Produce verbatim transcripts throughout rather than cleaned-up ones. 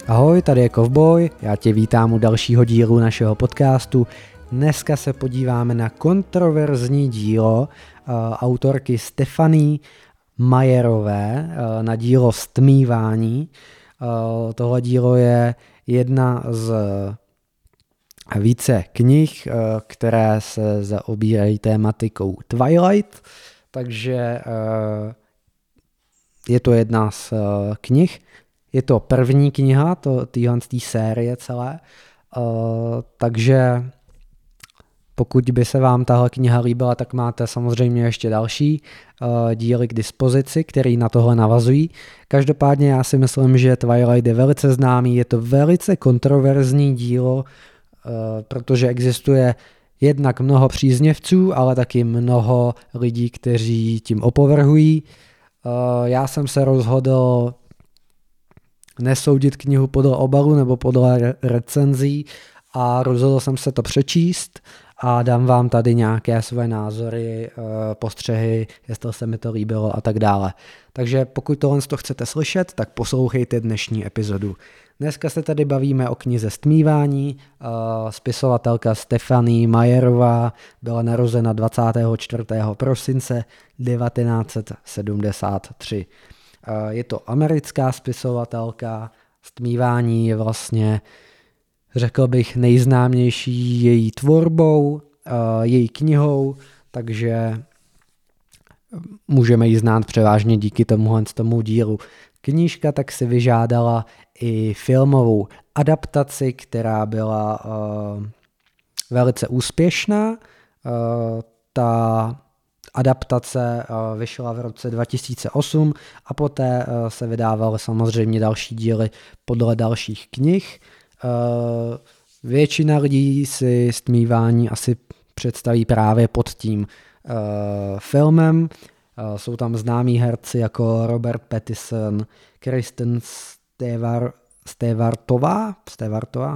Ahoj, tady je Kovboj, já tě vítám u dalšího dílu našeho podcastu. Dneska se podíváme na kontroverzní dílo uh, autorky Stephanie Meyerové, uh, na dílo Stmívání. Uh, tohle dílo je jedna z více knih, uh, které se zaobírají tématikou Twilight, takže uh, je to jedna z uh, knih. Je to první kniha téhle série celé, uh, takže pokud by se vám tahle kniha líbila, tak máte samozřejmě ještě další uh, díly k dispozici, které na tohle navazují. Každopádně já si myslím, že Twilight je velice známý, je to velice kontroverzní dílo, uh, protože existuje jednak mnoho příznivců, ale taky mnoho lidí, kteří tím opovrhují. Uh, já jsem se rozhodl nesoudit knihu podle obalu nebo podle recenzí a rozhodl jsem se to přečíst a dám vám tady nějaké své názory, postřehy, jestli se mi to líbilo a tak dále. Takže pokud tohle to chcete slyšet, tak poslouchejte dnešní epizodu. Dneska se tady bavíme o knize Stmívání. Spisovatelka Stephanie Meyerová byla narozena dvacátého čtvrtého prosince devatenáct set sedmdesát tři. Je to americká spisovatelka, Stmívání je vlastně, řekl bych, nejznámější její tvorbou, její knihou, takže můžeme ji znát převážně díky tomuhle tomu dílu. Knížka tak si vyžádala i filmovou adaptaci, která byla uh, velice úspěšná. Uh, ta adaptace vyšla v roce dva tisíce osm a poté se vydávaly samozřejmě další díly podle dalších knih. Většina lidí si Stmívání asi představí právě pod tím filmem. Jsou tam známí herci jako Robert Pattinson, Kristen Stevar, Stevartová, Stevartová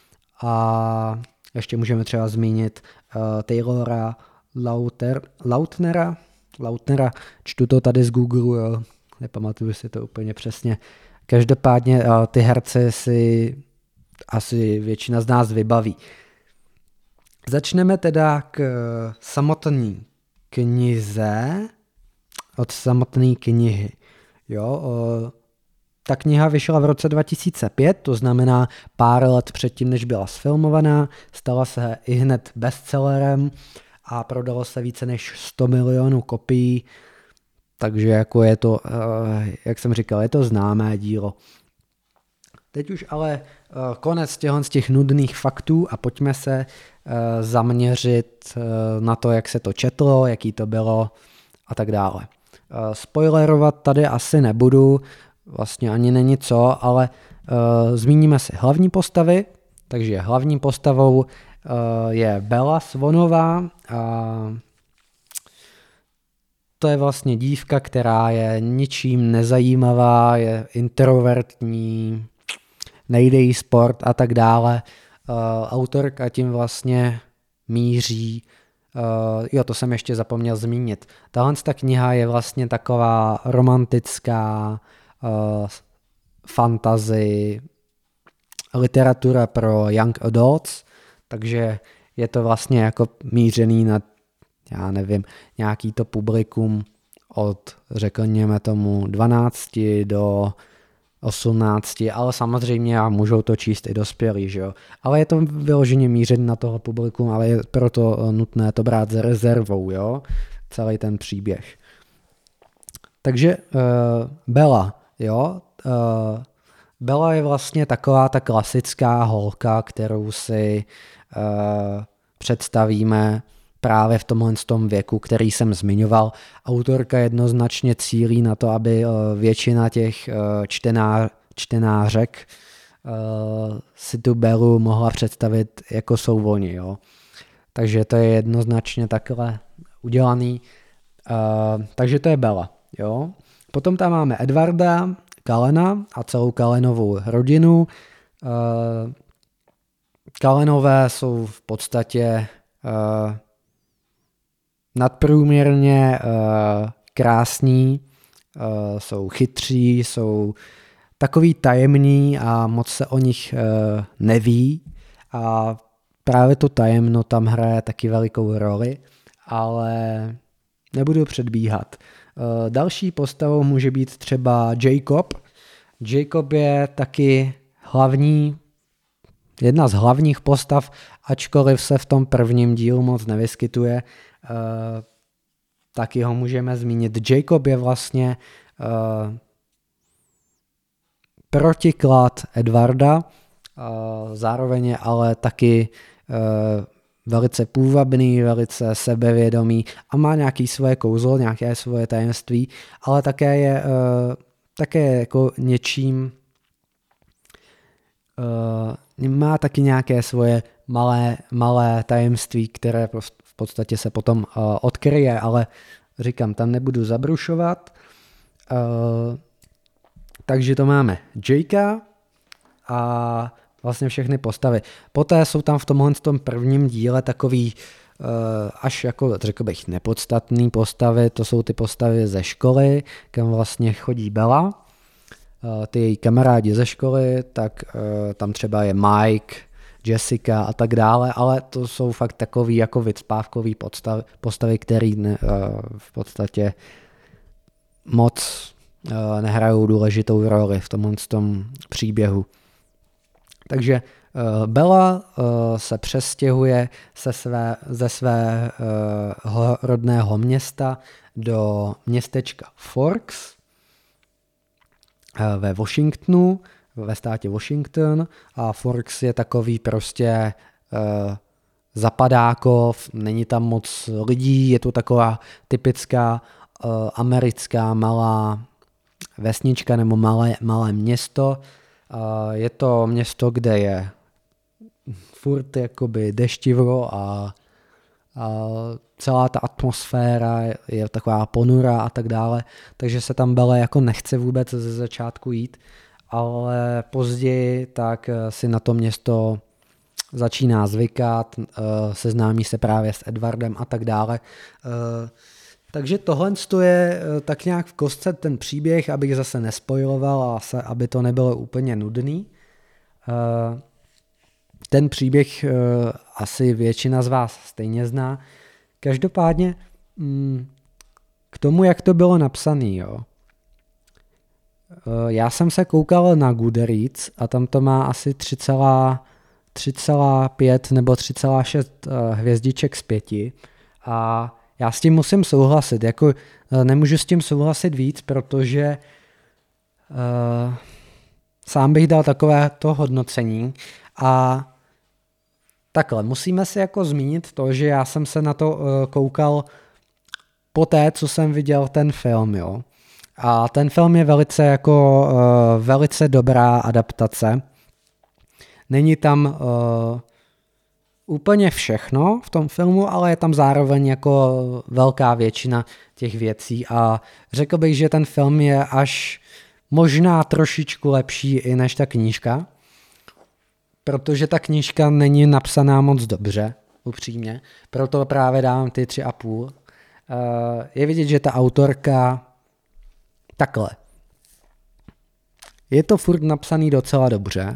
a ještě můžeme třeba zmínit Taylora Lauter, Lautnera, Lautnera, čtu to tady z Google, jo. Nepamatuju si to úplně přesně. Každopádně ty herce si asi většina z nás vybaví. Začneme teda k samotné knize, od samotné knihy. Jo, ta kniha vyšla v roce dva tisíce pět, to znamená pár let předtím, než byla sfilmovaná, stala se i hned bestsellerem a prodalo se více než sto milionů kopií, takže jako je to, jak jsem říkal, je to známé dílo. Teď už ale konec těchto z těch nudných faktů a pojďme se zaměřit na to, jak se to četlo, jaký to bylo a tak dále. Spoilerovat tady asi nebudu, vlastně ani není co, ale zmíníme si hlavní postavy, takže hlavní postavou je Bella Swanová a to je vlastně dívka, která je ničím nezajímavá, je introvertní, nejde jí sport a tak dále. Autorka tím vlastně míří, jo, to jsem ještě zapomněl zmínit. Tahle ta kniha je vlastně taková romantická fantasy, literatura pro young adults, takže je to vlastně jako mířený na, já nevím, nějaký to publikum od, řekněme tomu, dvanácti do osmnácti, ale samozřejmě můžou to číst i dospělí, že jo. Ale je to vyloženě mířený na toho publikum, ale je proto nutné to brát s rezervou, jo, celý ten příběh. Takže uh, Bella, jo, uh, Bella je vlastně taková ta klasická holka, kterou si uh, představíme právě v tomhle tom věku, který jsem zmiňoval. Autorka jednoznačně cílí na to, aby uh, většina těch uh, čtená, čtenářek uh, si tu Bellu mohla představit, jako jsou oni. Jo. Takže to je jednoznačně takhle udělaný. Uh, takže to je Bella. Jo. Potom tam máme Edwarda Cullena a celou Cullenovou rodinu. Uh, Cullenové jsou v podstatě uh, nadprůměrně uh, krásní, uh, jsou chytří, jsou takový tajemný a moc se o nich uh, neví a právě to tajemno tam hraje taky velikou roli, ale nebudu předbíhat. Uh, další postavou může být třeba Jacob. Jacob je taky hlavní, jedna z hlavních postav, ačkoliv se v tom prvním dílu moc nevyskytuje, uh, taky ho můžeme zmínit. Jacob je vlastně uh, protiklad Edwarda, uh, zároveň je ale taky uh, velice půvabný, velice sebevědomý a má nějaké svoje kouzlo, nějaké svoje tajemství, ale také je, uh, také je jako něčím, uh, má taky nějaké svoje malé, malé tajemství, které v podstatě se potom uh, odkryje, ale říkám, tam nebudu zabrušovat. Uh, takže to máme Jakea a vlastně všechny postavy. Poté jsou tam v tomhle tom prvním díle takový uh, až jako, řekl bych, nepodstatný postavy, to jsou ty postavy ze školy, kam vlastně chodí Bella. Uh, ty její kamarádi ze školy, tak uh, tam třeba je Mike, Jessica a tak dále, ale to jsou fakt takový jako vycpávkový postavy, postavy, který ne, uh, v podstatě moc uh, nehrajou důležitou roli v tomhle tom příběhu. Takže uh, Bella uh, se přestěhuje se své, ze svého rodného města do městečka Forks uh, ve Washingtonu, ve státě Washington, a Forks je takový prostě uh, zapadákov, není tam moc lidí, je to taková typická uh, americká malá vesnička nebo malé, malé město. Uh, je to město, kde je furt jakoby deštivo a, a celá ta atmosféra je taková ponurá a tak dále, takže se tam Bella jako nechce vůbec ze začátku jít, ale později tak si na to město začíná zvykat, uh, seznámí se právě s Edwardem a tak dále. Uh, takže tohle je uh, tak nějak v kostce ten příběh, abych zase nespoiloval a se, aby to nebylo úplně nudný. Uh, ten příběh uh, asi většina z vás stejně zná. Každopádně mm, k tomu, jak to bylo napsané, jo. Já jsem se koukal na Goodreads a tam to má asi tři celá pět nebo tři celá šest hvězdiček z pěti a já s tím musím souhlasit. Jako, nemůžu s tím souhlasit víc, protože uh, sám bych dal takové to hodnocení a takhle, musíme si jako zmínit to, že já jsem se na to uh, koukal po té, co jsem viděl ten film, jo. A ten film je velice jako uh, velice dobrá adaptace. Není tam uh, úplně všechno v tom filmu, ale je tam zároveň jako velká většina těch věcí a řekl bych, že ten film je až možná trošičku lepší i než ta knížka, protože ta knížka není napsaná moc dobře, upřímně, proto právě dávám ty tři a půl. Uh, je vidět, že ta autorka takhle. Je to furt napsaný docela dobře,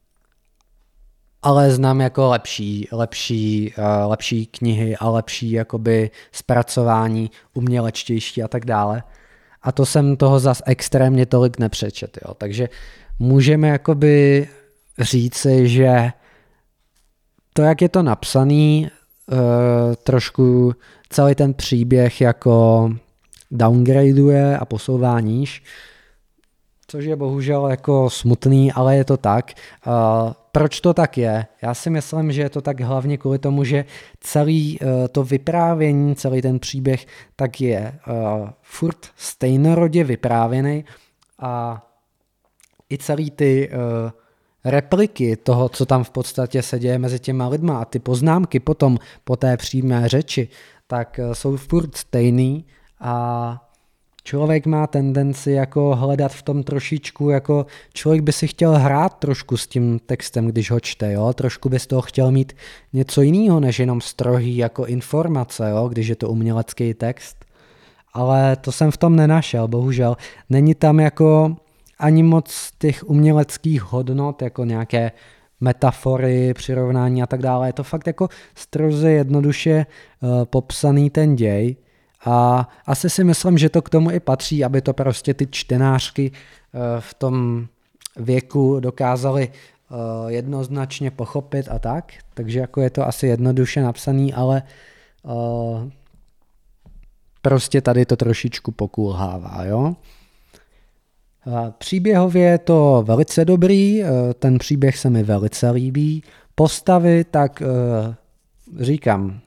ale znám jako lepší, lepší, uh, lepší knihy a lepší jakoby zpracování, umělečtější a tak dále. A to jsem toho zas extrémně tolik nepřečet, jo. Takže můžeme jakoby říci, že to, jak je to napsaný, uh, trošku celý ten příběh jako downgradeuje a posouvá níž, což je bohužel jako smutný, ale je to tak. Uh, proč to tak je? Já si myslím, že je to tak hlavně kvůli tomu, že celý uh, to vyprávění, celý ten příběh, tak je uh, furt stejnorodě vyprávěný a i celý ty uh, repliky toho, co tam v podstatě se děje mezi těma lidma a ty poznámky potom po té přímé řeči, tak uh, jsou furt stejný a člověk má tendenci jako hledat v tom trošičku, jako člověk by si chtěl hrát trošku s tím textem, když ho čte, jo? Trošku by z toho chtěl mít něco jiného, než jenom strohý jako informace, jo? Když je to umělecký text. Ale to jsem v tom nenašel, bohužel. Není tam jako ani moc těch uměleckých hodnot, jako nějaké metafory, přirovnání a tak dále. Je to fakt jako stroze jednoduše uh, popsaný ten děj a asi si myslím, že to k tomu i patří, aby to prostě ty čtenářky uh, v tom věku dokázali uh, jednoznačně pochopit a tak. Takže jako je to asi jednoduše napsaný, ale uh, prostě tady to trošičku pokulhává, jo. Příběhově je to velice dobrý, ten příběh se mi velice líbí. Postavy, tak říkám,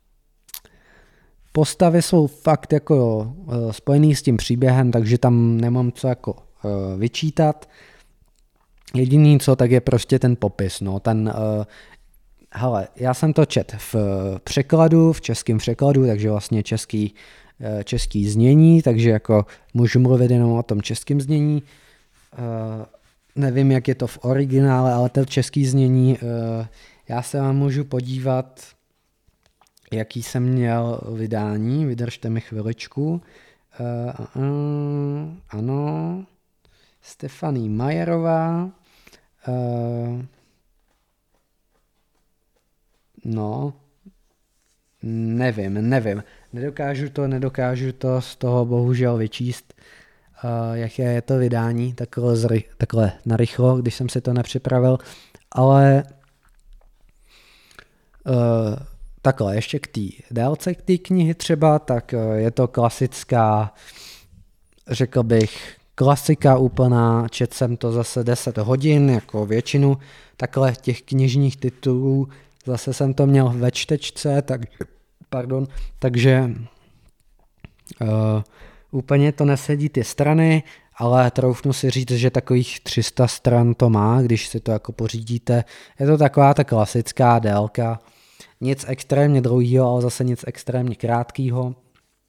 postavy jsou fakt jako spojený s tím příběhem, takže tam nemám co jako vyčítat. Jediný co, tak je prostě ten popis, no, ten, hele, já jsem to čet v překladu, v českém překladu, takže vlastně český český znění, takže jako můžu mluvit jenom o tom českém znění. Uh, nevím, jak je to v originále, ale to český znění, uh, já se vám můžu podívat, jaký jsem měl vydání, vydržte mi chviličku. Uh, uh, ano, Stefanie Majerová, uh, no, nevím, nevím. Nedokážu to, nedokážu to z toho bohužel vyčíst, uh, jaké je to vydání, takhle, zry, takhle narychlo, když jsem si to nepřipravil, ale uh, takhle, ještě k té délce k té knihy třeba, tak uh, je to klasická, řekl bych, klasika úplná, četl jsem to zase deset hodin, jako většinu takhle těch knižních titulů, zase jsem to měl ve čtečce, tak Pardon, takže uh, úplně to nesedí ty strany, ale troufnu si říct, že takových tři sta stran to má, když si to jako pořídíte. Je to taková ta klasická délka, nic extrémně dlouhého, ale zase nic extrémně krátkého. Uh,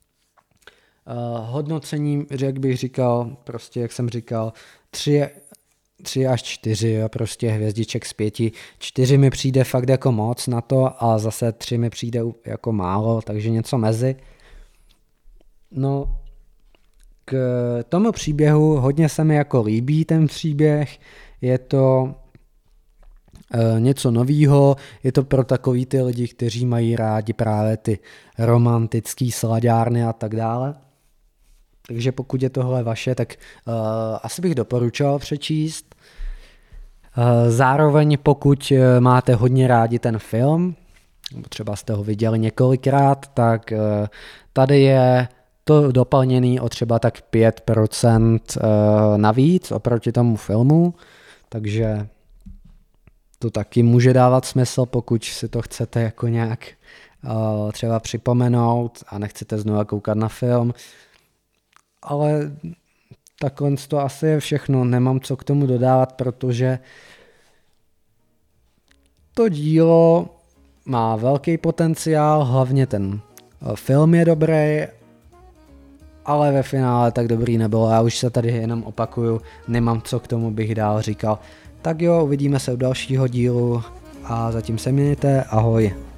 hodnocení, jak bych říkal, prostě jak jsem říkal, tři, tři až čtyři, prostě hvězdiček z pěti. Čtyři mi přijde fakt jako moc na to a zase tři mi přijde jako málo, takže něco mezi. No, k tomu příběhu hodně se mi jako líbí ten příběh, je to e, něco novýho, je to pro takový ty lidi, kteří mají rádi právě ty romantický slaďárny a tak dále. Takže pokud je tohle vaše, tak uh, asi bych doporučoval přečíst. Uh, zároveň pokud máte hodně rádi ten film, třeba jste ho viděli několikrát, tak uh, tady je to doplněný o třeba tak pět procent uh, navíc oproti tomu filmu, takže to taky může dávat smysl, pokud si to chcete jako nějak uh, třeba připomenout a nechcete znovu koukat na film. Ale takhle to asi je všechno, nemám co k tomu dodávat, protože to dílo má velký potenciál, hlavně ten film je dobrý, ale ve finále tak dobrý nebylo, já už se tady jenom opakuju, nemám co k tomu bych dál říkal. Tak jo, uvidíme se u dalšího dílu a zatím se mějte, ahoj.